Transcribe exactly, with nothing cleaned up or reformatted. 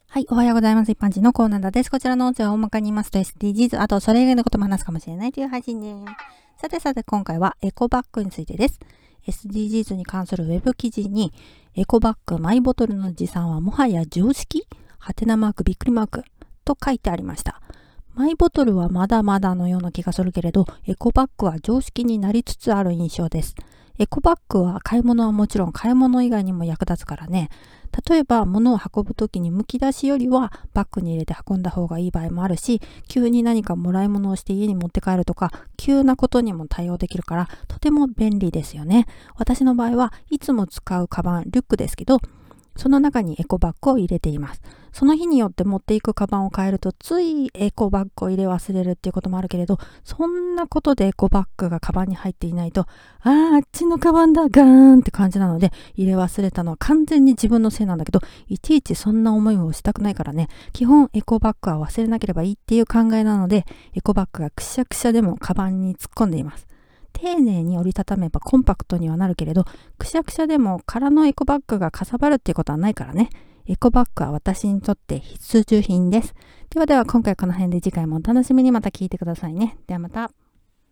はい、おはようございます。一般人のコーナーです。こちらの音声を大まかに言いますと エスディージーズ、あとそれ以外のことも話すかもしれないという配信です。さてさて今回はエコバッグについてです。エスディージーズ に関するウェブ記事に、エコバッグマイボトルの持参はもはや常識？はてなマークびっくりマークと書いてありました。マイボトルはまだまだのような気がするけれど、エコバッグは常識になりつつある印象です。エコバッグは買い物はもちろん買い物以外にも役立つからね。例えば物を運ぶときにむき出しよりはバッグに入れて運んだ方がいい場合もあるし、急に何かもらい物をして家に持って帰るとか急なことにも対応できるからとても便利ですよね。私の場合はいつも使うカバン、リュックですけど、その中にエコバッグを入れています。その日によって持っていくカバンを変えるとついエコバッグを入れ忘れるっていうこともあるけれど、そんなことでエコバッグがカバンに入っていないと、あーあっちのカバンだガーンって感じなので、入れ忘れたのは完全に自分のせいなんだけど、いちいちそんな思いをしたくないからね、基本エコバッグは忘れなければいいっていう考えなので、エコバッグがくしゃくしゃでもカバンに突っ込んでいます。丁寧に折りたためばコンパクトにはなるけれど、くしゃくしゃでも空のエコバッグがかさばるっていうことはないからね。エコバッグは私にとって必需品です。ではでは今回この辺で、次回もお楽しみに。また聞いてくださいね。ではまた。